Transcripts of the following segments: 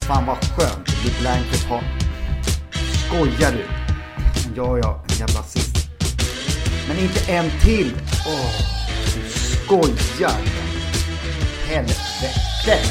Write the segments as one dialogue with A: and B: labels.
A: Fan vad skönt, det blir blanket ha. Skojar du? Ja, en jävla sist. Men inte en till. Du skojar. Helvete.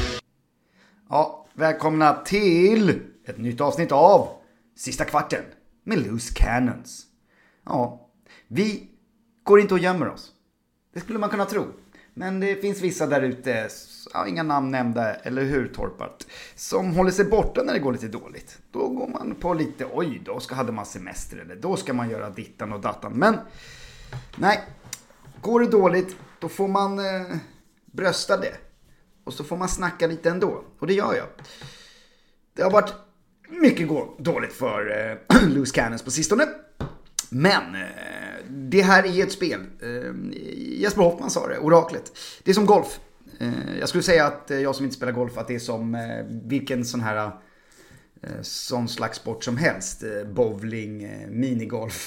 A: Ja, välkomna till ett nytt avsnitt av Sista kvarten med Loose Cannons. Ja, vi går inte och gömmer oss. Det skulle man kunna tro. Men det finns vissa där ute, inga namn nämnda, eller hur Torpart, som håller sig borta när det går lite dåligt. Då går man på lite, då hade man semester, eller då ska man göra dittan och dattan. Men nej, går det dåligt, då får man brösta det. Och så får man snacka lite ändå, och det gör jag. Det har varit mycket dåligt för Loose Cannons på sistone. Men det här är ett spel. Jesper Hoffman sa det, oraklet. Det är som golf. Jag skulle säga att jag som inte spelar golf, att det är som vilken sån slags sport som helst. Bowling, minigolf,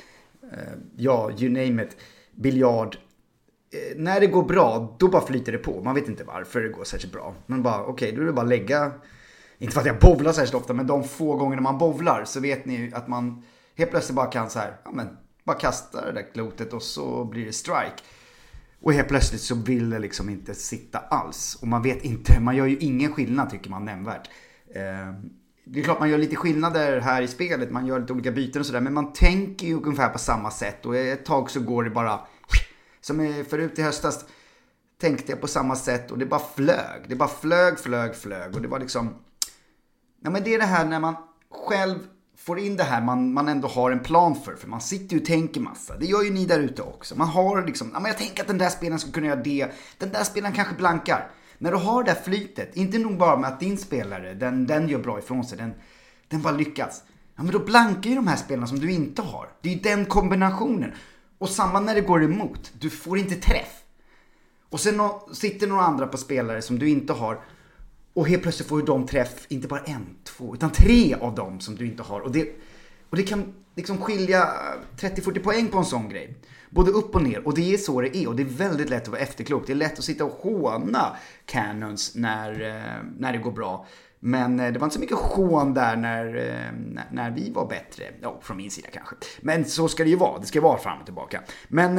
A: you name it. Biljard. När det går bra, då bara flyter det på. Man vet inte varför det går särskilt bra. Men bara, okej, då är det bara lägga. Inte för att jag bowlar särskilt ofta, men de få gånger man bowlar så vet ni att man helt plötsligt bara kan så här, bara kasta det där klotet och så blir det strike. Och helt plötsligt så vill det liksom inte sitta alls. Och man vet inte, man gör ju ingen skillnad tycker man nämnvärt. Det är klart man gör lite skillnader här i spelet, man gör lite olika byten och sådär. Men man tänker ju ungefär på samma sätt och ett tag så går det bara, som förut i höstas tänkte jag på samma sätt och det bara flög. Det bara flög och det var liksom, men det är det här när man själv får in det här man ändå har en plan för man sitter ju och tänker massa. Det gör ju ni där ute också. Man har liksom, men jag tänker att den där spelaren ska kunna göra det. Den där spelaren kanske blankar. När du har det här flytet, inte nog bara med att din spelare, den gör bra ifrån sig, den bara lyckas. Ja, men då blankar ju de här spelarna som du inte har. Det är ju den kombinationen. Och samma när det går emot. Du får inte träff. Och sen sitter några andra på spelare som du inte har. Och helt plötsligt får de träff, inte bara 1, 2, utan 3 av dem som du inte har. Och det kan liksom skilja 30-40 poäng på en sån grej. Både upp och ner. Och det är så det är. Och det är väldigt lätt att vara efterklok. Det är lätt att sitta och håna Cannons när det går bra. Men det var inte så mycket hån där när vi var bättre. Ja, från min sida kanske. Men så ska det ju vara. Det ska vara fram och tillbaka. Men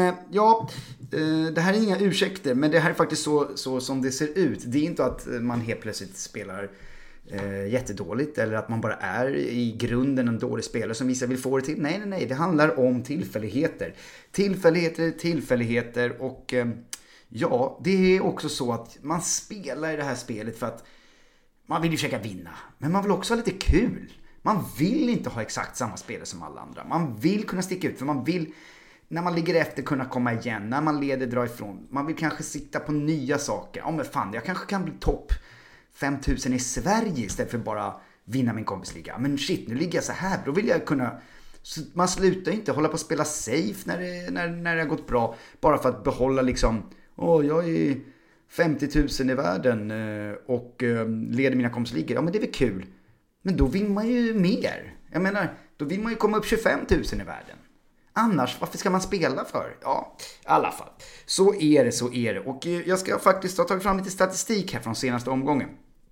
A: det här är inga ursäkter. Men det här är faktiskt så som det ser ut. Det är inte att man helt plötsligt spelar jättedåligt. Eller att man bara är i grunden en dålig spelare som vissa vill få det till. Nej. Det handlar om tillfälligheter. Tillfälligheter. Och det är också så att man spelar i det här spelet för att man vill ju försöka vinna, men man vill också ha lite kul. Man vill inte ha exakt samma spelare som alla andra. Man vill kunna sticka ut, för man vill, när man ligger efter, kunna komma igen. När man leder, dra ifrån. Man vill kanske sitta på nya saker. Ja, men fan, jag kanske kan bli topp 5000 i Sverige istället för bara vinna min kompisliga. Men shit, nu ligger jag så här. Då vill jag kunna. Så man slutar inte hålla på att spela safe när det har gått bra. Bara för att behålla liksom, jag är 50 000 i världen och leder mina kompisligor. Ja, men det är väl kul. Men då vill man ju mer. Jag menar, då vill man ju komma upp 25 000 i världen. Annars, varför ska man spela för? Ja, i alla fall. Så är det. Och jag ska faktiskt ha tagit fram lite statistik här från senaste omgången.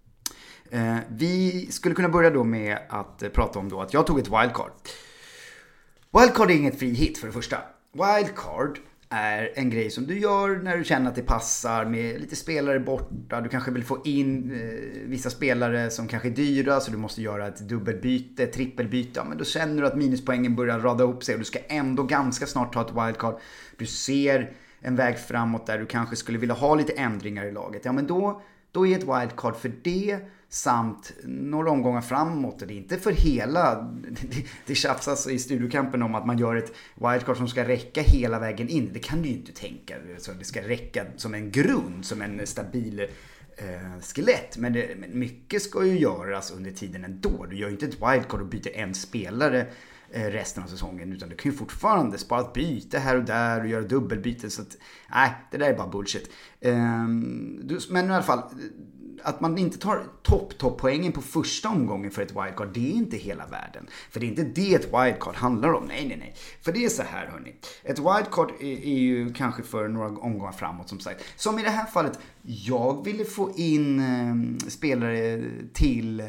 A: Vi skulle kunna börja då med att prata om då att jag tog ett wildcard. Wildcard är inget free hit för det första. Wildcard är en grej som du gör när du känner att det passar med lite spelare borta. Du kanske vill få in vissa spelare som kanske är dyra, så du måste göra ett dubbelbyte, trippelbyte. Ja, men då känner du att minuspoängen börjar rada upp sig och du ska ändå ganska snart ta ett wildcard. Du ser en väg framåt där du kanske skulle vilja ha lite ändringar i laget. Ja, men då är ett wildcard för det, samt några omgångar framåt. Det är inte för hela. Det tjafsas i studiokampen om att man gör ett wildcard som ska räcka hela vägen in. Det kan du ju inte tänka. Så det ska räcka som en grund, som en stabil skelett. Men mycket ska ju göras under tiden ändå. Du gör ju inte ett wildcard och byter en spelare resten av säsongen, utan du kan ju fortfarande spara ett byte här och där och göra dubbelbyte. Så att, nej, det där är bara bullshit. Men i alla fall, att man inte tar topppoängen på första omgången för ett wildcard, det är inte hela världen. För det är inte det ett wildcard handlar om. Nej. För det är så här, hörni. Ett wildcard är ju kanske för några omgångar framåt, som sagt. Som i det här fallet, jag ville få in spelare till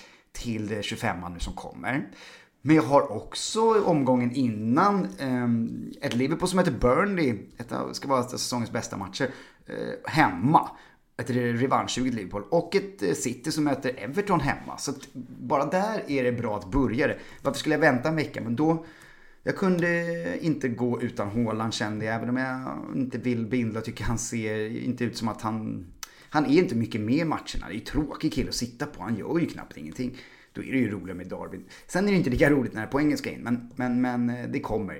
A: 25 nu som kommer. Men jag har också omgången innan ett Liverpool som heter Burnley, ska vara säsongens bästa matcher, hemma. Ett revanschsuget Liverpool och ett City som möter Everton hemma. Så att bara där är det bra att börja det. Varför skulle jag vänta en vecka? Men då, jag kunde inte gå utan Haaland, kände jag. Även om jag inte vill bindla, tycker han ser inte ut som att han är inte mycket med i matcherna. Det är ju tråkig kille att sitta på. Han gör ju knappt ingenting. Då är det ju roligt med Darwin. Sen är det inte lika roligt när poängen ska in. Men det kommer.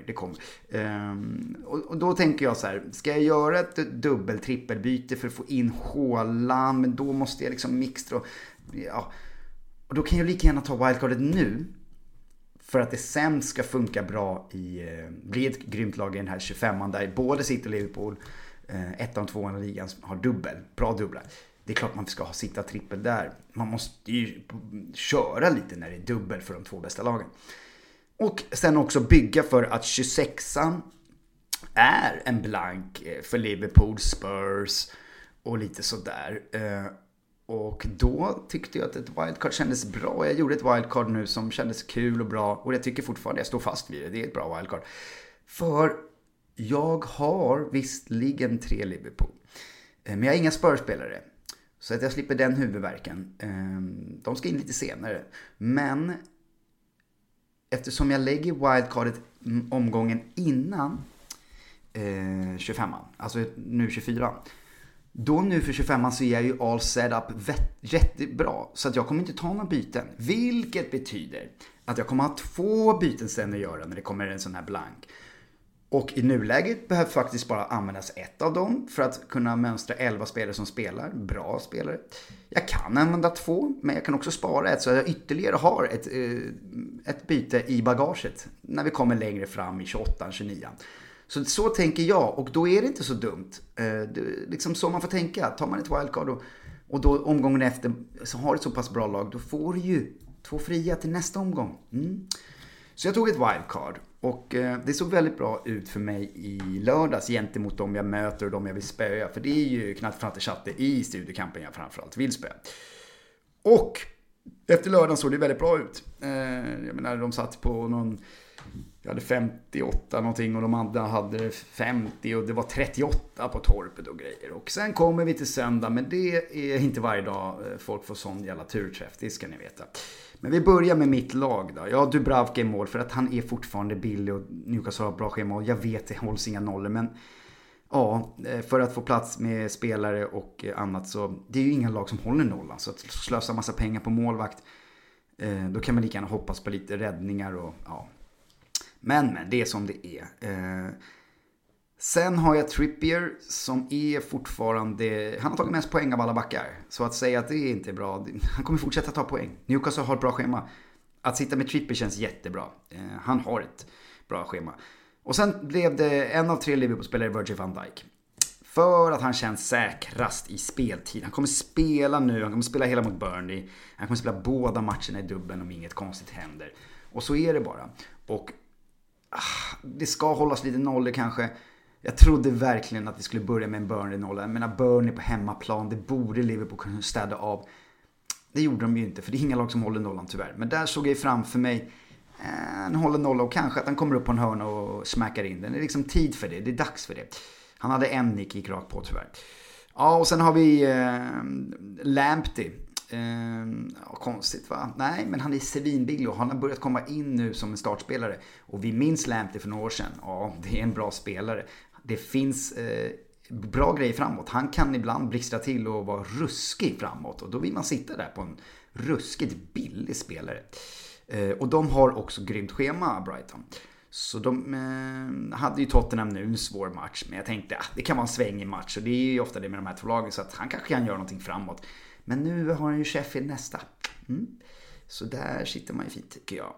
A: Och då tänker jag så här. Ska jag göra ett dubbel-trippelbyte för att få in Haaland? Men då måste jag liksom mixtra. Ja. Och då kan jag lika gärna ta wildcardet nu. För att det sen ska funka bra bli ett grymt lag i den här 25an. Där både City och Liverpool, 1 och 2 i ligan, har bra dubbla. Det är klart man ska sitta trippel där. Man måste ju köra lite när det är dubbel för de 2 bästa lagen. Och sen också bygga för att 26an är en blank för Liverpool, Spurs och lite sådär. Och då tyckte jag att ett wildcard kändes bra. Jag gjorde ett wildcard nu som kändes kul och bra. Och jag tycker fortfarande, jag står fast vid det. Det är ett bra wildcard. För jag har visserligen 3 Liverpool. Men jag har inga Spurs-spelare. Så att jag slipper den huvudvärken. De ska in lite senare. Men eftersom jag lägger wildcardet omgången innan 25an, alltså nu 24, då nu för 25an så är jag ju all set up jättebra. Så att jag kommer inte ta några byten. Vilket betyder att jag kommer ha 2 byten sen att göra när det kommer en sån här blank. Och i nuläget behöver faktiskt bara användas ett av dem för att kunna mönstra 11 spelare som spelar. Bra spelare. Jag kan använda 2, men jag kan också spara ett så jag ytterligare har ett byte i bagaget när vi kommer längre fram i 28, 29. Så tänker jag, och då är det inte så dumt. Det är liksom så man får tänka. Tar man ett wildcard och då omgången efter så har ett så pass bra lag, då får du ju 2 fria till nästa omgång. Så jag tog ett wildcard. Och det såg väldigt bra ut för mig i lördags gentemot de jag möter och de jag vill spöa. För det är ju knappt fram till chatte i studiekampen jag framförallt vill spöa. Och efter lördagen såg det väldigt bra ut. Jag menar, de satt på någon... Jag hade 58 någonting och de andra hade 50 och det var 38 på torpet och grejer. Och sen kommer vi till söndag, men det är inte varje dag folk får sån jävla turträff, det ska ni veta. Men vi börjar med mitt lag då. Ja, Dubravka i mål för att han är fortfarande billig och Newcastle har bra schema. Jag vet, det hålls inga nollor, men ja, för att få plats med spelare och annat så det är ju inga lag som håller nollan. Så att slösa massa pengar på målvakt, då kan man lika gärna hoppas på lite räddningar och ja. Men det är som det är. Sen har jag Trippier som är fortfarande... Han har tagit mest poäng av alla backar. Så att säga att det är inte bra. Han kommer fortsätta ta poäng. Newcastle har ett bra schema. Att sitta med Trippier känns jättebra. Han har ett bra schema. Och sen blev det en av 3 Liverpool-spelare, Virgil van Dijk. För att han känns säkrast i speltid. Han kommer spela nu. Han kommer spela hela mot Burnley. Han kommer spela båda matcherna i dubbeln om inget konstigt händer. Och så är det bara. Och det ska hållas lite nollor kanske. Jag trodde verkligen att vi skulle börja med en Burnley-nolla. Jag menar, Burnley på hemmaplan, det borde Liverpool kunna städa av. Det gjorde de ju inte, för det är inga lag som håller nollan tyvärr. Men där såg jag framför mig han håller nolla och kanske att han kommer upp på en hörna och smackar in den. Det är liksom tid för det, det är dags för det. Han hade en nick, gick rakt på tyvärr. Ja, och sen har vi Lamptey. Konstigt va? Nej, men han är svinbillig och han har börjat komma in nu som en startspelare. Och vi minns Lamptey för några år sedan. Ja, det är en bra spelare. Det finns bra grejer framåt. Han kan ibland blixtra till och vara ruskig framåt. Och då vill man sitta där på en ruskigt billig spelare. Och de har också grymt schema, Brighton. Så de hade ju Tottenham nu en svår match. Men jag tänkte, det kan vara en svängig match. Och det är ju ofta det med de här 2 lagen. Så att han kanske kan göra någonting framåt. Men nu har han ju Sheffield nästa. Så där sitter man ju fint tycker jag.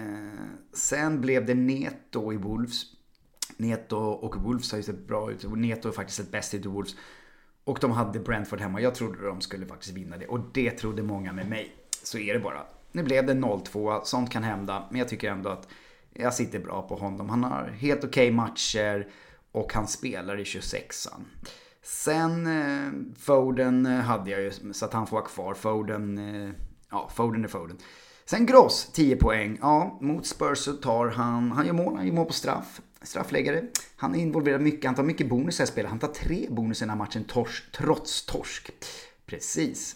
A: Sen blev det Neto i Wolves. Neto och Wolves har ju sett bra ut. Neto är faktiskt ett bäst ut i Wolves. Och de hade Brentford hemma. Jag trodde de skulle faktiskt vinna det. Och det trodde många med mig. Så är det bara. Nu blev det 0-2. Sånt kan hända. Men jag tycker ändå att jag sitter bra på honom. Han har helt okej matcher. Och han spelar i 26an. Sen Foden hade jag ju. Så att han får vara kvar. Foden är Foden. Sen Gross, 10 poäng. Ja, mot Spurs så tar han gör mål på straffläggare. Han är involverad mycket, han tar mycket bonus i spelet. Han tar 3 bonus i den här matchen trots torsk. Precis.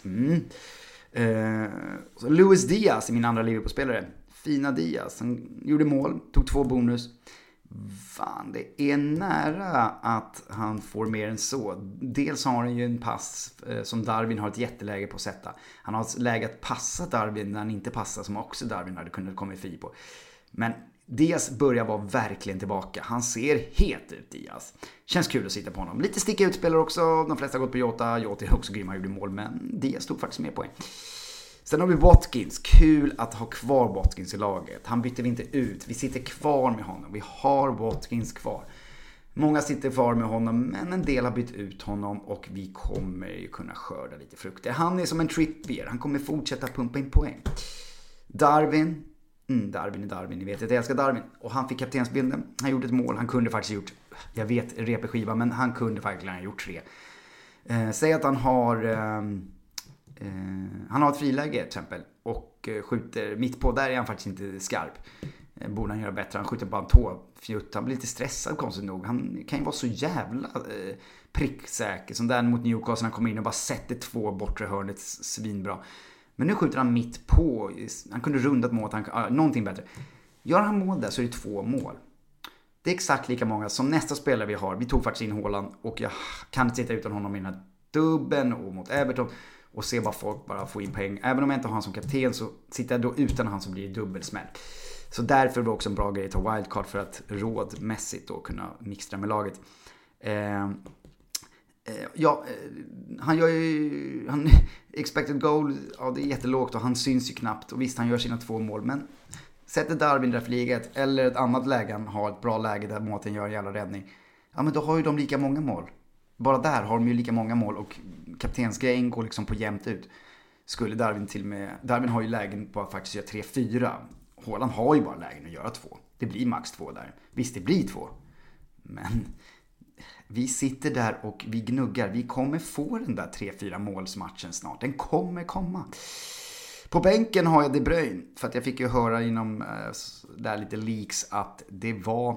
A: Så Luis Diaz är min andra Liverpool-spelare. Fina Diaz, han gjorde mål, tog 2 bonus. Fan, det är nära att han får mer än så. Dels har han ju en pass som Darwin har ett jätteläge på att sätta. Han har ett läge att passa Darwin när han inte passar, som också Darwin hade kunnat komma fri på. Men Diaz börjar vara verkligen tillbaka. Han ser het ut, Diaz. Känns kul att sitta på honom. Lite sticka ut spelare också. De flesta har gått på Jota. Jota är också grym, han gjorde mål. Men Diaz tog faktiskt mer poäng. Sen har vi Watkins. Kul att ha kvar Watkins i laget. Han bytte vi inte ut. Vi sitter kvar med honom. Vi har Watkins kvar. Många sitter kvar med honom, men en del har bytt ut honom och vi kommer ju kunna skörda lite frukter. Han är som en Trippier. Han kommer fortsätta pumpa in poäng. Darwin är Darwin. Ni vet att jag älskar Darwin. Och han fick kaptensbilden. Han gjorde ett mål. Han kunde faktiskt gjort, jag vet, repskiva, men han kunde faktiskt ha gjort 3. Säg att han har ett friläge till exempel och skjuter mitt på. Där är han faktiskt inte skarp. Borde han göra bättre. Han skjuter bara en tåfjutt. Han blir lite stressad konstigt nog. Han kan ju vara så jävla pricksäker. Som där mot Newcastle, han kommer in och bara sätter 2 bortre hörnet svinbra. Men nu skjuter han mitt på. Han kunde rundat mål. Någonting bättre. Gör han mål där så är det 2 mål. Det är exakt lika många som nästa spelare vi har. Vi tog faktiskt in Haaland. Och jag kan inte sitta utan honom i den här dubben och mot Everton. Och se vad folk bara får in poäng. Även om jag inte har han som kapten så sitter jag då utan han som blir dubbelsmäll. Så därför var det också en bra grej att ta wildcard för att rådmässigt då kunna mixtra med laget. Han gör ju expected goal, ja det är jättelågt och han syns ju knappt och visst han gör sina 2 mål, men sätter Darwin där för liget eller ett annat läge, han har ett bra läge där Måten gör en jävla räddning, ja men då har ju de lika många mål. Bara där har de ju lika många mål och kaptensgrejen går liksom på jämnt ut. Skulle Darwin har ju lägen på att faktiskt göra 3-4. Haaland har ju bara lägen att göra 2. Det blir max 2 där. Visst, det blir 2. Men vi sitter där och vi gnuggar. Vi kommer få den där 3-4 målsmatchen snart. Den kommer komma. På bänken har jag De Bruyne. För att jag fick ju höra inom där lite leaks att det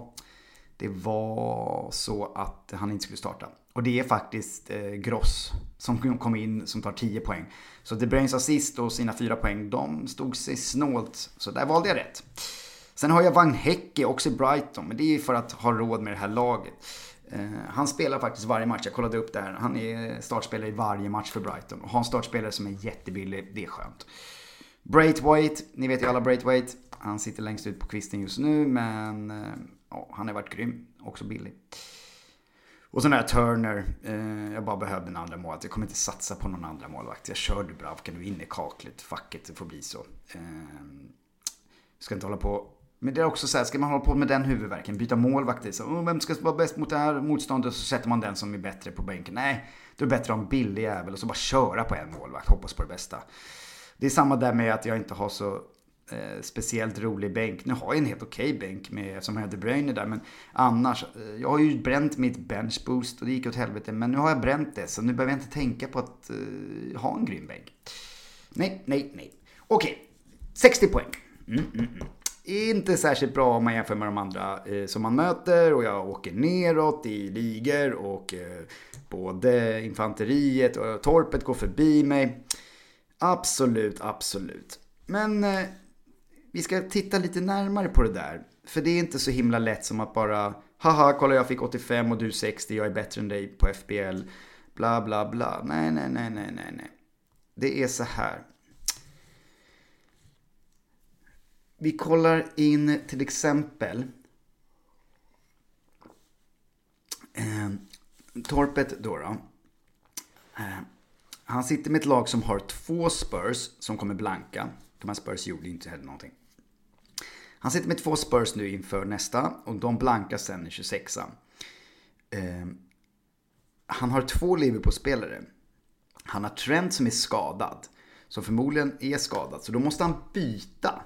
A: var så att han inte skulle starta. Och det är faktiskt Gross som kom in som tar 10 poäng. Så De Bruynes assist och sina 4 poäng, de stod sig snålt. Så där valde jag rätt. Sen har jag Van Hecke också i Brighton. Men det är för att ha råd med det här laget. Han spelar faktiskt varje match. Jag kollade upp det här. Han är startspelare i varje match för Brighton. Och har en startspelare som är jättebillig. Det är skönt. Braithwaite. Ni vet ju alla Braithwaite. Han sitter längst ut på kvisten just nu. Men han har varit grym. Också billig. Och sen är Turner. Jag bara behövde en andra mål. Jag kommer inte satsa på någon andra målvakt. Jag körde bra. Kan du in i kaklet? Fuck it, det får bli så. Ska inte hålla på. Men det är också så här, ska man hålla på med den huvudvärken, byta målvakt, så vem ska vara bäst mot det här motståndet, så sätter man den som är bättre på bänken. Nej, då är det bättre att ha en billig jävel och så bara köra på en målvakt, hoppas på det bästa. Det är samma där med att jag inte har så speciellt rolig bänk. Nu har jag en helt okej bänk med, som jag De Bruyne där, men annars, jag har ju bränt mitt bench boost och det gick åt helvete, men nu har jag bränt det, så nu behöver jag inte tänka på att ha en grym bänk. Nej. Okej, 60 poäng. Inte särskilt bra om man jämför med de andra som man möter, och jag åker neråt i ligor och både infanteriet och torpet går förbi mig. Absolut. Men vi ska titta lite närmare på det där, för det är inte så himla lätt som att bara haha, kolla jag fick 85 och du 60, jag är bättre än dig på FBL, bla bla bla. Nej. Det är så här. Vi kollar in till exempel torpet då. Han sitter med ett lag som har 2 Spurs som kommer blanka. De här Spurs gjorde inte heller någonting. Han sitter med 2 Spurs nu inför nästa och de blankar sen i 26an. han har 2 Liverpool-spelare. Han har Trent som är skadad. Som förmodligen är skadad. Så då måste han byta.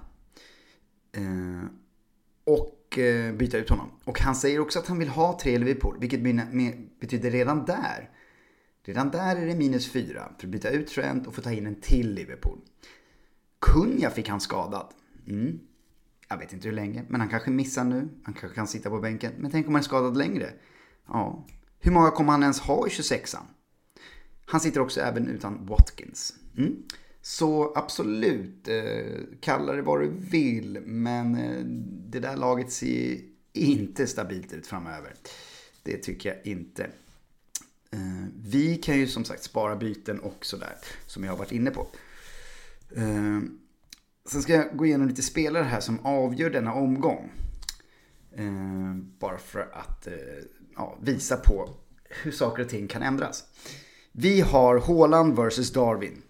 A: Och byta ut honom. Och han säger också att han vill ha 3 Liverpool. Vilket betyder redan där. Redan där är det -4. För att byta ut Trent och få ta in en till Liverpool. Kunja fick han skadad. Jag vet inte hur länge. Men han kanske missar nu. Han kanske kan sitta på bänken. Men tänk om han är skadad längre. Ja. Hur många kommer han ens ha i 26an? Han sitter också även utan Watkins. Så absolut, kalla det vad du vill, men det där laget ser inte stabilt ut framöver. Det tycker jag inte. Vi kan ju som sagt spara byten också där, som jag har varit inne på. Sen ska jag gå igenom lite spelare här som avgör denna omgång. Bara för att visa på hur saker och ting kan ändras. Vi har Haaland versus Darwin.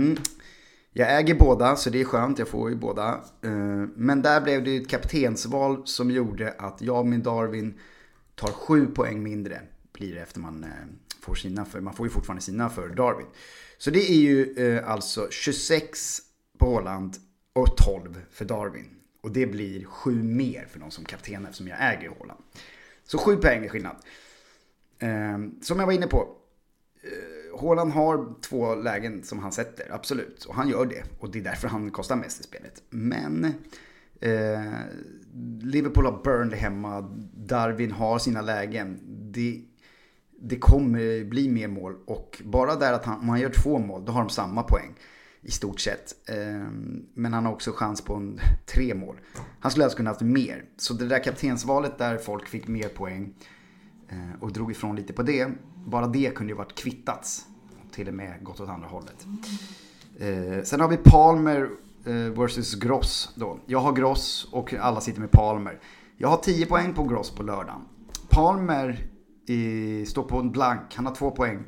A: Jag äger båda, så det är skönt, jag får ju båda. Men där blev det ett kaptensval som gjorde att jag med Darwin tar 7 poäng mindre. Blir det efter man får sina för. Man får ju fortfarande sina för Darwin. Så det är ju alltså 26 på Haaland och 12 för Darwin. Och det blir 7 mer för någon som kapten eftersom jag äger Haaland. Så 7 poäng är skillnad. Som jag var inne på. Haaland har 2 lägen som han sätter, absolut. Och han gör det. Och det är därför han kostar mest i spelet. Men Liverpool har Burnley hemma. Darwin har sina lägen. Det kommer bli mer mål. Och bara där att om han gör 2 mål, då har de samma poäng. I stort sett. Men han har också chans på 3 mål. Han skulle alltså kunna haft mer. Så det där kaptensvalet där folk fick mer poäng och drog ifrån lite på det. Bara det kunde ju varit kvittats. Till och med gått åt andra hållet. Sen har vi Palmer versus Gross då. Jag har Gross och alla sitter med Palmer. Jag har 10 poäng på Gross på lördagen. Palmer står på en blank. Han har 2 poäng.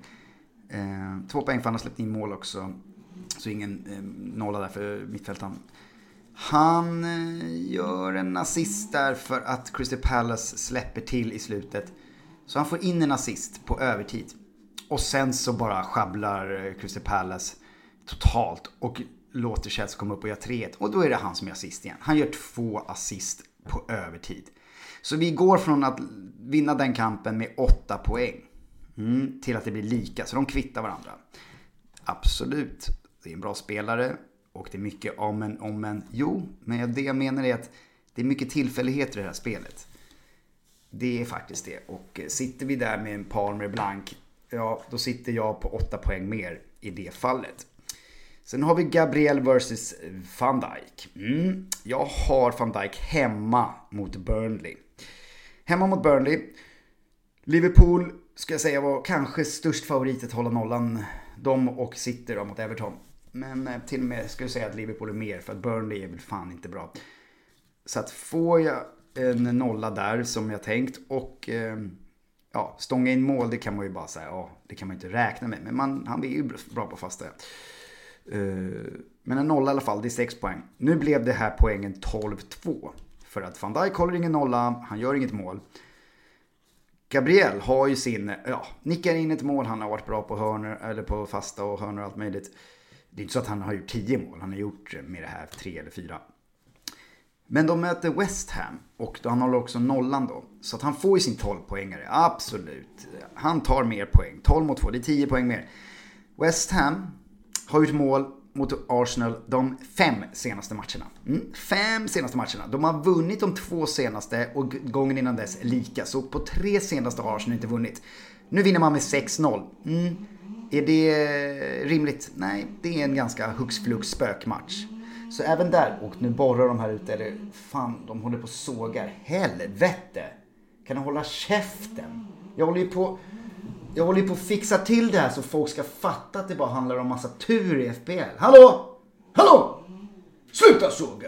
A: 2 poäng för han har släppt in mål också. Så ingen nolla där för mittfältaren. Han gör en assist där för att Crystal Palace släpper till i slutet. Så han får in en assist på övertid. Och sen så bara sjabblar Crystal Palace totalt och låter Chelsea komma upp och göra 3-1. Och då är det han som gör assist igen. Han gör 2 assist på övertid. Så vi går från att vinna den kampen med 8 poäng till att det blir lika. Så de kvittar varandra. Absolut. Det är en bra spelare och det är mycket om men. Jo, men det jag menar är att det är mycket tillfälligheter i det här spelet. Det är faktiskt det. Och sitter vi där med en Palmer blank, ja, då sitter jag på 8 poäng mer i det fallet. Sen har vi Gabriel versus Van Dijk. Jag har Van Dijk hemma mot Burnley. Hemma mot Burnley. Liverpool ska jag säga var kanske störst favorit att hålla nollan. De och sitter då mot Everton. Men till och med ska jag säga att Liverpool är mer, för att Burnley är väl fan inte bra. Så att får jag en nolla där som jag tänkt och stånga in mål, det kan man ju bara säga, det kan man inte räkna med. Men han är ju bra på fasta. Men en nolla i alla fall, det är 6 poäng. Nu blev det här poängen 12-2. För att Van Dijk håller ingen nolla, han gör inget mål. Gabriel har ju sin, nickar in ett mål, han har varit bra på hörnor, eller på fasta och hörnor och allt möjligt. Det är inte så att han har gjort 10 mål, han har gjort med det här 3 eller 4. Men de möter West Ham och då han håller också nollan då. Så att han får ju sin 12-poängare, absolut. Han tar mer poäng, 12 mot 2, det är 10 poäng mer. West Ham har gjort mål mot Arsenal de 5 senaste matcherna. 5 senaste matcherna. De har vunnit de 2 senaste och gången innan dess lika. Så på 3 senaste har Arsenal inte vunnit. Nu vinner man med 6-0. Är det rimligt? Nej, det är en ganska hux-flux spökmatch. Så även där, och nu borrar de här ute, eller fan, de håller på sågar. Helvete! Kan de hålla käften? Jag håller ju på att fixa till det här så folk ska fatta att det bara handlar om massa tur i FBL. Hallå! Hallå! Sluta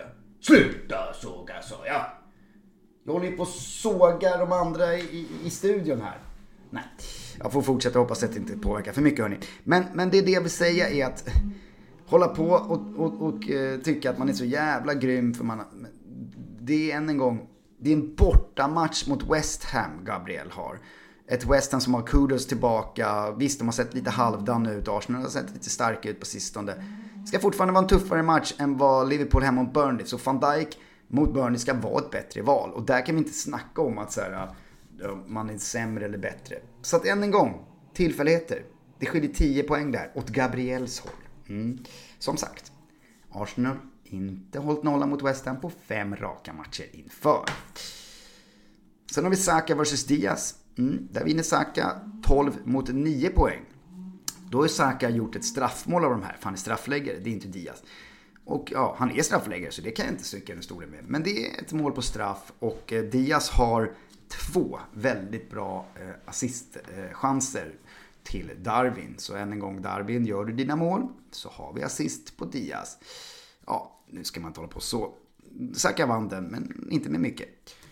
A: såga, sa jag. Jag håller ju på att såga de andra i studion här. Nej, jag får fortsätta, hoppas att det inte påverkar för mycket, hörni. Men det jag vill säga är att hålla på och tycka att man är så jävla grym, för det är än en gång, det är en bortamatch mot West Ham Gabriel har. Ett West Ham som har Kudus tillbaka. Visst, de har sett lite halvdan ut. Arsenal har sett lite starka ut på sistone. Det ska fortfarande vara en tuffare match än vad Liverpool hemma mot Burnley. Så Van Dijk mot Burnley ska vara ett bättre val. Och där kan vi inte snacka om att så här, man är sämre eller bättre. Så att än en gång, tillfälligheter. Det skiljer 10 poäng där åt Gabriels håll. Som sagt, Arsenal inte hållit nollan mot West Ham på 5 raka matcher inför. Sen har vi Saka vs Diaz. Där vinner Saka 12 mot 9 poäng. Då har Saka gjort ett straffmål av de här. För han är straffläggare, det är inte Diaz. Och ja, han är straffläggare så det kan jag inte stycka den stora med. Men det är ett mål på straff och Diaz har 2 väldigt bra assistchanser till Darwin. Så än en gång Darwin, gör du dina mål så har vi assist på Diaz. Ja, nu ska man inte hålla på så. Saka vann den, men inte med mycket.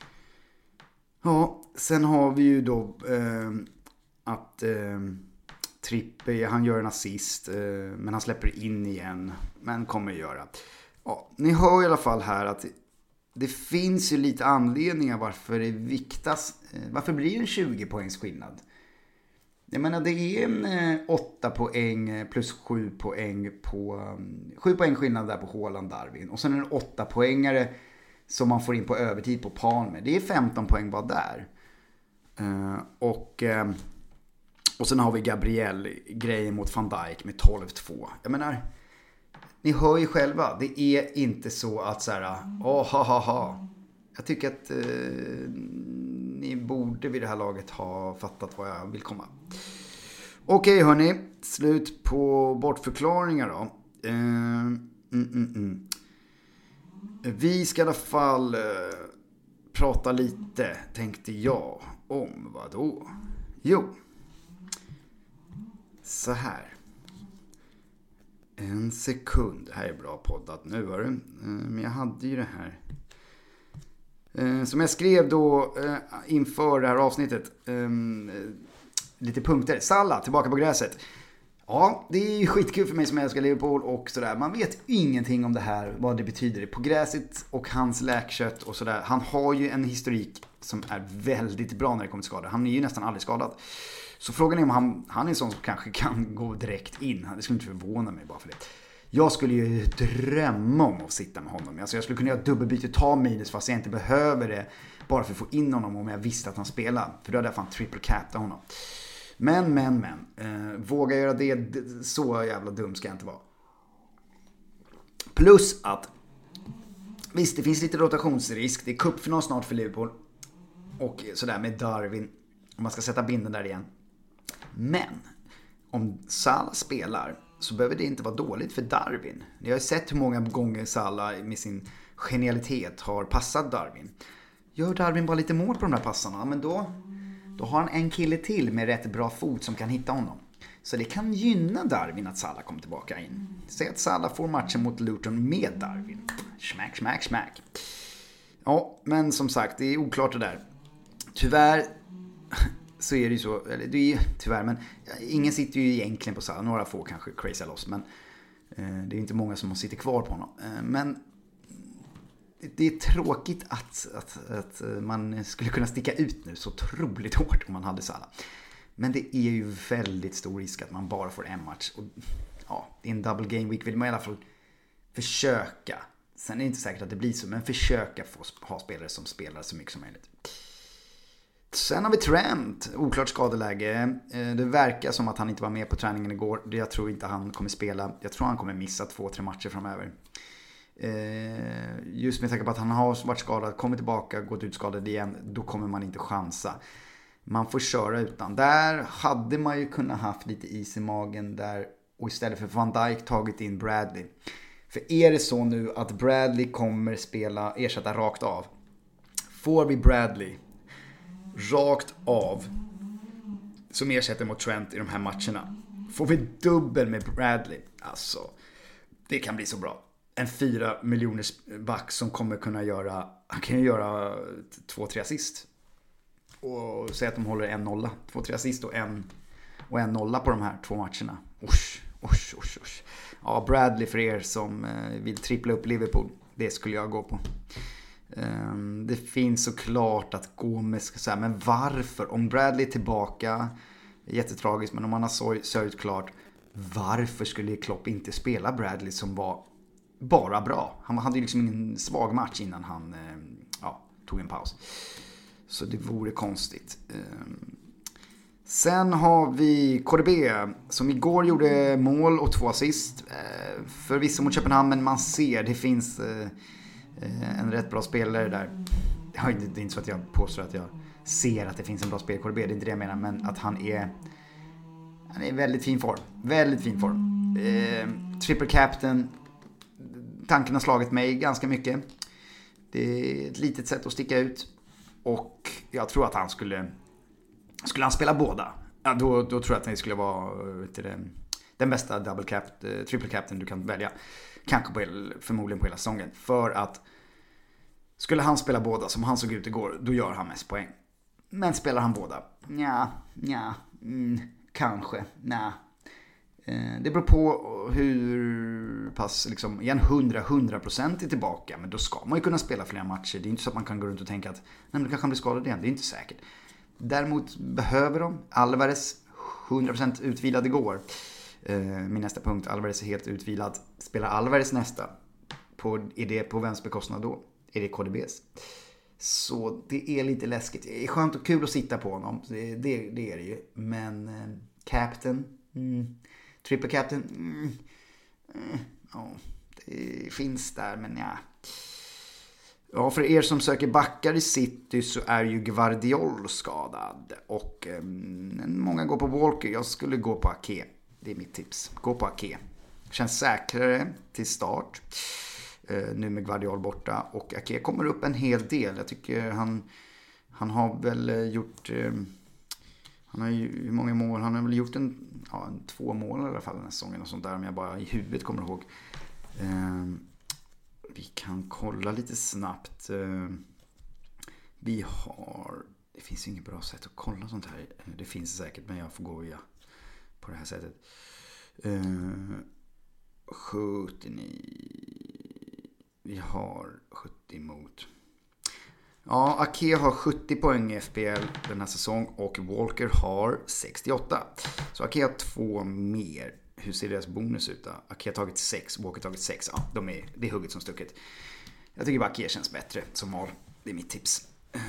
A: Ja, sen har vi ju då att Trippier, han gör en assist, men han släpper in igen, men kommer göra. Ja, ni hör i alla fall här att det finns ju lite anledningar varför det viktas. Varför blir det en 20 poängs skillnad? Jag menar, det är en 8 poäng plus 7 poäng på 7 poäng skillnad där på Haaland Darwin. Och sen en 8 poängare som man får in på övertid på Palmer. Det är 15 poäng bara där. Och sen har vi Gabriel grejen mot Van Dijk med 12-2. Jag menar, ni hör ju själva, det är inte så att så här, Jag tycker att ni borde vid det här laget ha fattat vad jag vill komma. Okej hörni, slut på bortförklaringar då. Vi ska i alla fall prata lite, tänkte jag, om vad då? Jo, så här. En sekund, det här är bra poddat nu var det. Men jag hade ju det här. Som jag skrev då inför det här avsnittet. Lite punkter. Salah, tillbaka på gräset. Ja, det är ju skitkul för mig som älskar Liverpool och sådär. Man vet ingenting om det här, vad det betyder på gräset och hans läkkött och sådär. Han har ju en historik som är väldigt bra när det kommer till skada. Han är ju nästan aldrig skadad. Så frågan är om han är en sån som kanske kan gå direkt in. Det skulle inte förvåna mig bara för det. Jag skulle ju drömma om att sitta med honom. Alltså jag skulle kunna göra dubbelbyte, ta minus fast jag inte behöver det. Bara för att få in honom om jag visste att han spelar. För då hade jag fan triple capta honom. Men. Våga göra det, så jävla dum ska jag inte vara. Plus att visst, det finns lite rotationsrisk. Det är cupfinal snart för Liverpool. Och sådär med Darwin. Om man ska sätta binden där igen. Men om Salah spelar så behöver det inte vara dåligt för Darwin. Ni har ju sett hur många gånger Salah med sin genialitet har passat Darwin. Gör Darwin bara lite mål på de här passarna, men då har han en kille till med rätt bra fot som kan hitta honom. Så det kan gynna Darwin att Salah kommer tillbaka in. Säg att Salah får matchen mot Luton med Darwin. Smack. Ja, men som sagt, det är oklart det där. Tyvärr så är det ju så, eller det är ju tyvärr, men ingen sitter ju egentligen på Salah. Några få kanske crazy loss, men det är inte många som sitter kvar på honom. Men det är tråkigt att man skulle kunna sticka ut nu så otroligt hårt om man hade Salah. Men det är ju väldigt stor risk att man bara får en match. Och ja, i en double game week vill man i alla fall försöka. Sen är det inte säkert att det blir så, men försöka få ha spelare som spelar så mycket som möjligt. Sen har vi Trent, oklart skadeläge. Det verkar som att han inte var med på träningen igår. Jag tror inte han kommer spela. Jag tror han kommer missa 2-3 matcher framöver. Just med tanke på att han har varit skadad, kommer tillbaka, gått ut skadad igen, då kommer man inte chansa. Man får köra utan. Där hade man ju kunnat haft lite is i magen där och istället för Van Dijk tagit in Bradley. För är det så nu att Bradley kommer ersätta rakt av, får vi Bradley rakt av som ersätter mot Trent i de här matcherna, får vi dubbel med Bradley, alltså det kan bli så bra. En 4 miljoners back som kommer kunna göra, han kan ju göra 2-3 assist och säga att de håller 1-0, 2-3 assist och en nolla på de här 2 matcherna. Usch. Ja, Bradley för er som vill trippla upp Liverpool, det skulle jag gå på. Det finns såklart att Gomes ska säga, men varför? Om Bradley är tillbaka, jättetragiskt, men om han har sörjt klart, varför skulle Klopp inte spela Bradley som var bara bra? Han hade ju liksom ingen svag match innan han tog en paus. Så det vore konstigt. Sen har vi KDB som igår gjorde mål och 2 assist. Förvisso mot Köpenhamn, men man ser det finns en rätt bra spelare där. Det är inte så att jag påstår att jag ser att det finns en bra spelare i KDB, det är inte det jag menar, men att han är i väldigt fin form. Väldigt fin form. Triple captain. Tanken har slagit mig ganska mycket. Det är ett litet sätt att sticka ut. Och jag tror att han skulle han spela båda, då tror jag att det skulle vara den bästa triple captain du kan välja. Kanske förmodligen på hela säsongen. För att skulle han spela båda som han såg ut igår, då gör han mest poäng. Men spelar han båda? Kanske. Det beror på hur pass liksom, igen 100% är tillbaka. Men då ska man ju kunna spela flera matcher. Det är inte så att man kan gå runt och tänka att nej, då kanske han blir skadad igen. Det är inte säkert. Däremot behöver de Alvarez 100% utvilad igår. Min nästa punkt, Alvarez är helt utvilad. Spelar Alvarez nästa? Är det på vems bekostnad då? Är det KDBs? Så det är lite läskigt. Det är skönt och kul att sitta på honom. Det är det ju. Men captain, triple captain, det finns där, men ja. Ja, för er som söker backar i City så är ju Gvardiol skadad. Och många går på Walker. Jag skulle gå på Ake. Det är mitt tips. Gå på Ake. Känns säkrare till start. Nu med Gvardiol borta. Och Ake kommer upp en hel del. Jag tycker han har väl gjort... han har ju hur många mål? Han har väl gjort 2 mål i alla fall den här säsongen. Och sånt där, om jag bara i huvudet kommer ihåg. Vi kan kolla lite snabbt. Det finns inget bra sätt att kolla sånt här. Det finns säkert, men jag får gå på det här sättet. 79. Vi har 70 mot. Ja, Ake har 70 poäng i FPL den här säsong och Walker har 68. Så Ake har 2 mer. Hur ser deras bonus ut då? Ake har tagit 6, Walker har tagit 6. Ja, det är hugget som stucket. Jag tycker bara Ake känns bättre som val. Det är mitt tips.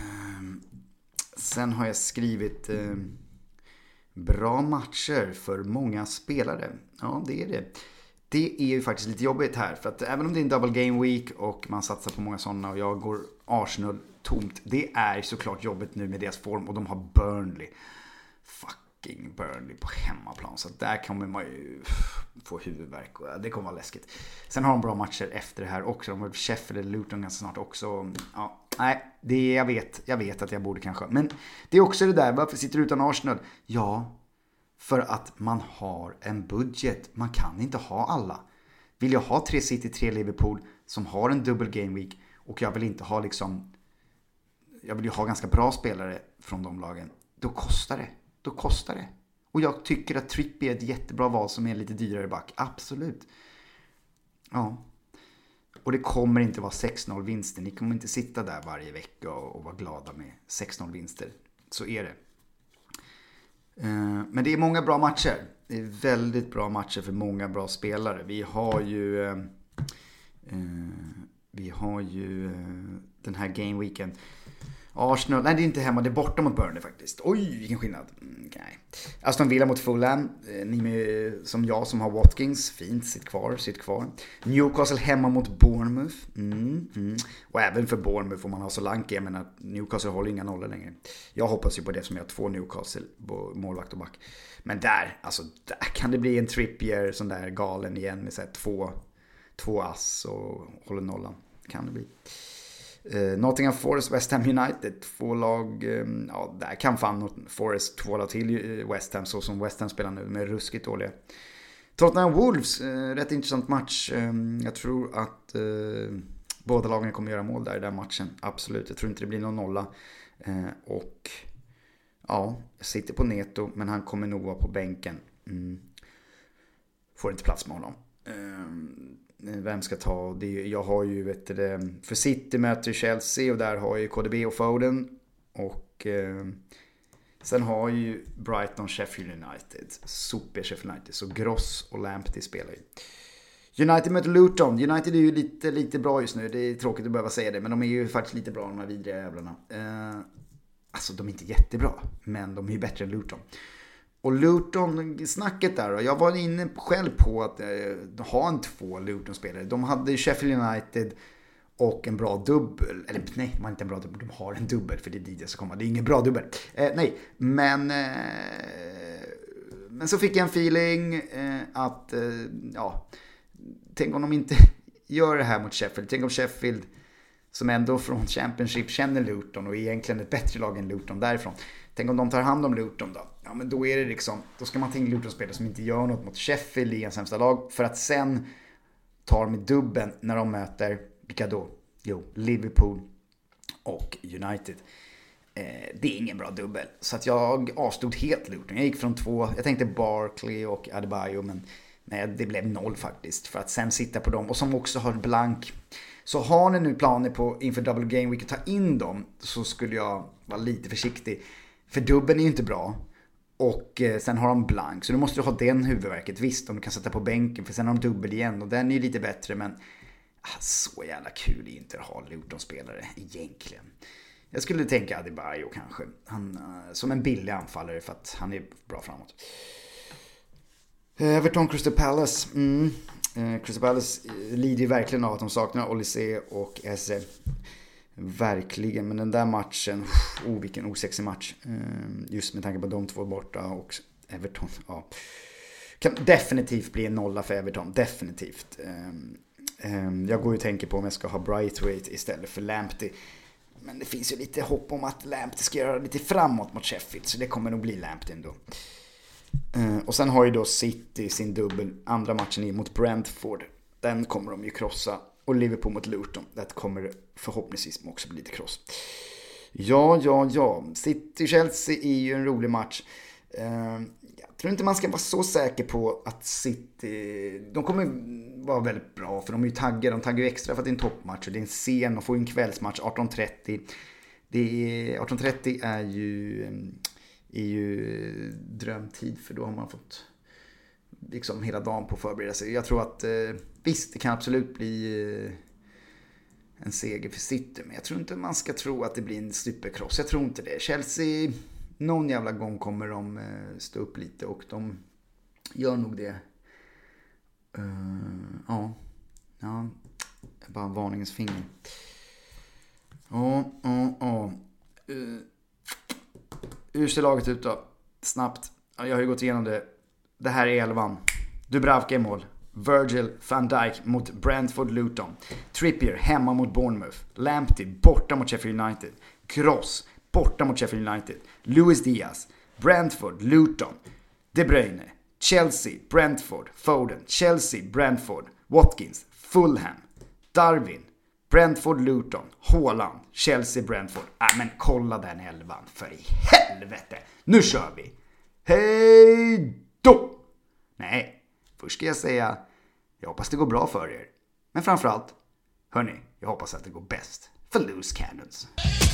A: Sen har jag skrivit bra matcher för många spelare. Ja, det är det. Det är ju faktiskt lite jobbigt här. För att även om det är en double game week och man satsar på många sådana och jag går Arsenal tomt. Det är såklart jobbigt nu med deras form och de har Burnley. Fucking Burnley på hemmaplan. Så där kommer man ju få huvudvärk och det kommer vara läskigt. Sen har de bra matcher efter det här också. De har Sheffield eller Luton ganska snart också. Ja, nej, jag vet att jag borde kanske. Men det är också det där, varför sitter du utan Arsenal? Ja, för att man har en budget. Man kan inte ha alla. Vill jag ha 3 City, 3 Liverpool som har en double game week och jag vill inte ha liksom, jag vill ju ha ganska bra spelare från de lagen. Då kostar det. Och jag tycker att Trippier är ett jättebra val som är lite dyrare back. Absolut. Ja. Och det kommer inte vara 6-0 vinster. Ni kommer inte sitta där varje vecka och vara glada med 6-0 vinster. Så är det. Men det är många bra matcher. Det är väldigt bra matcher för många bra spelare. Vi har ju den här gameweeken. Arsenal, nej det är inte hemma, det är borta mot Burnley faktiskt. Oj, vilken skillnad. Nej. Aston Villa mot Fulham. Ni med, som jag som har Watkins, fint, sitt kvar. Newcastle hemma mot Bournemouth. Och även för Bournemouth får man ha Solanke. Jag menar, Newcastle håller inga nollor längre. Jag hoppas ju på det som jag har 2 Newcastle målvakt och back. Men där kan det bli en Trippier sån där galen igen med så här 2 ass och håller nollan. Kan det bli. Nottingham Forest, West Ham United, 2 lag, där kan fan Forest tvåla till West Ham så som West Ham spelar nu med ruskigt dåliga. Tottenham Wolves, rätt intressant match. Jag tror att båda lagen kommer göra mål där i den matchen, absolut. Jag tror inte det blir någon nolla. Och ja, jag sitter på Neto, men han kommer nog vara på bänken. Får inte plats med honom. vem ska ta det? Jag har ju för City möter Chelsea och där har ju KDB och Foden. Och sen har ju Brighton Sheffield United. Super Sheffield United. Så Gross och Lamptey spelar ju. United möter Luton. United är ju lite bra just nu. Det är tråkigt att behöva säga det. Men de är ju faktiskt lite bra, de här vidriga jävlarna. Alltså de är inte jättebra. Men de är ju bättre än Luton. Och Luton-snacket där då. Jag var inne själv på att ha en 2 Luton-spelare. De hade Sheffield United och en bra dubbel. Eller nej, de har inte en bra dubbel. De har en dubbel för det är dit jag ska komma. Det är ingen bra dubbel. Nej, men så fick jag en feeling att tänk om de inte gör det här mot Sheffield. Tänk om Sheffield, som ändå från Championship känner Luton och är egentligen ett bättre lag än Luton därifrån. Tänk om de tar hand om Luton då. Ja, men då är det liksom, då ska man tänka Luton-spelare som inte gör något mot Sheffield i en sämsta lag. För att sen tar de i dubben när de möter, vilka då? Jo, Liverpool och United. Det är ingen bra dubbel. Så att jag avstod helt Luton. Jag gick från 2, jag tänkte Barkley och Adebayo, men det blev 0 faktiskt. För att sen sitta på dem, och som också har blank. Så har ni nu planer på inför Double Game Week att ta in dem, så skulle jag vara lite försiktig. För dubben är ju inte bra. Och sen har de blank. Så du måste ha den huvudverket. Visst, om du kan sätta på bänken. För sen har de dubbel igen. Och den är ju lite bättre. Men så jävla kul är inte att ha Luton-spelare egentligen. Jag skulle tänka Adebayo kanske. Han, som en billig anfallare. För att han är bra framåt. Everton Crystal Palace. Crystal Palace lider ju verkligen av att de saknar Olise och Eze. Verkligen, men den där matchen, vilken osexig match. Just med tanke på de två borta och Everton, ja. Kan definitivt bli en 0 för Everton, definitivt. Jag går ju och tänker på om jag ska ha Braithwaite istället för Lamptey. Men det finns ju lite hopp om att Lamptey ska göra lite framåt mot Sheffield, så det kommer nog bli Lamptey ändå. Och sen har ju då City sin dubbel, andra matchen mot Brentford. Den kommer de ju krossa. Och Liverpool mot Luton. Det kommer förhoppningsvis också bli lite kross. Ja. City-Chelsea är ju en rolig match. Jag tror inte man ska vara så säker på att City... De kommer vara väldigt bra, för de är ju taggade. De taggar ju extra för att det är en toppmatch. Och det är en sen och får en kvällsmatch 18:30. 18:30 är ju drömtid, för då har man fått liksom hela dagen på att förbereda sig. Jag tror att visst, det kan absolut bli en seger för City, men jag tror inte man ska tro att det blir en supercross. Jag tror inte det. Chelsea, någon jävla gång kommer de stå upp lite, och de gör nog det. Ja, bara en varningens finger. Hur ser laget ut då? Snabbt. Jag har ju gått igenom det. Det här är 11. Dubravka i mål. Virgil van Dijk mot Brentford Luton. Trippier hemma mot Bournemouth. Lamptey borta mot Sheffield United. Kroos borta mot Sheffield United. Luis Diaz. Brentford Luton. De Bruyne. Chelsea Brentford. Foden. Chelsea Brentford. Watkins. Fulham. Darwin. Brentford Luton. Haaland. Chelsea Brentford. Men kolla den 11, för i helvete. Nu kör vi. Hej då! Nej, först ska jag säga, jag hoppas det går bra för er. Men framförallt, hörni, jag hoppas att det går bäst för Loose Cannons.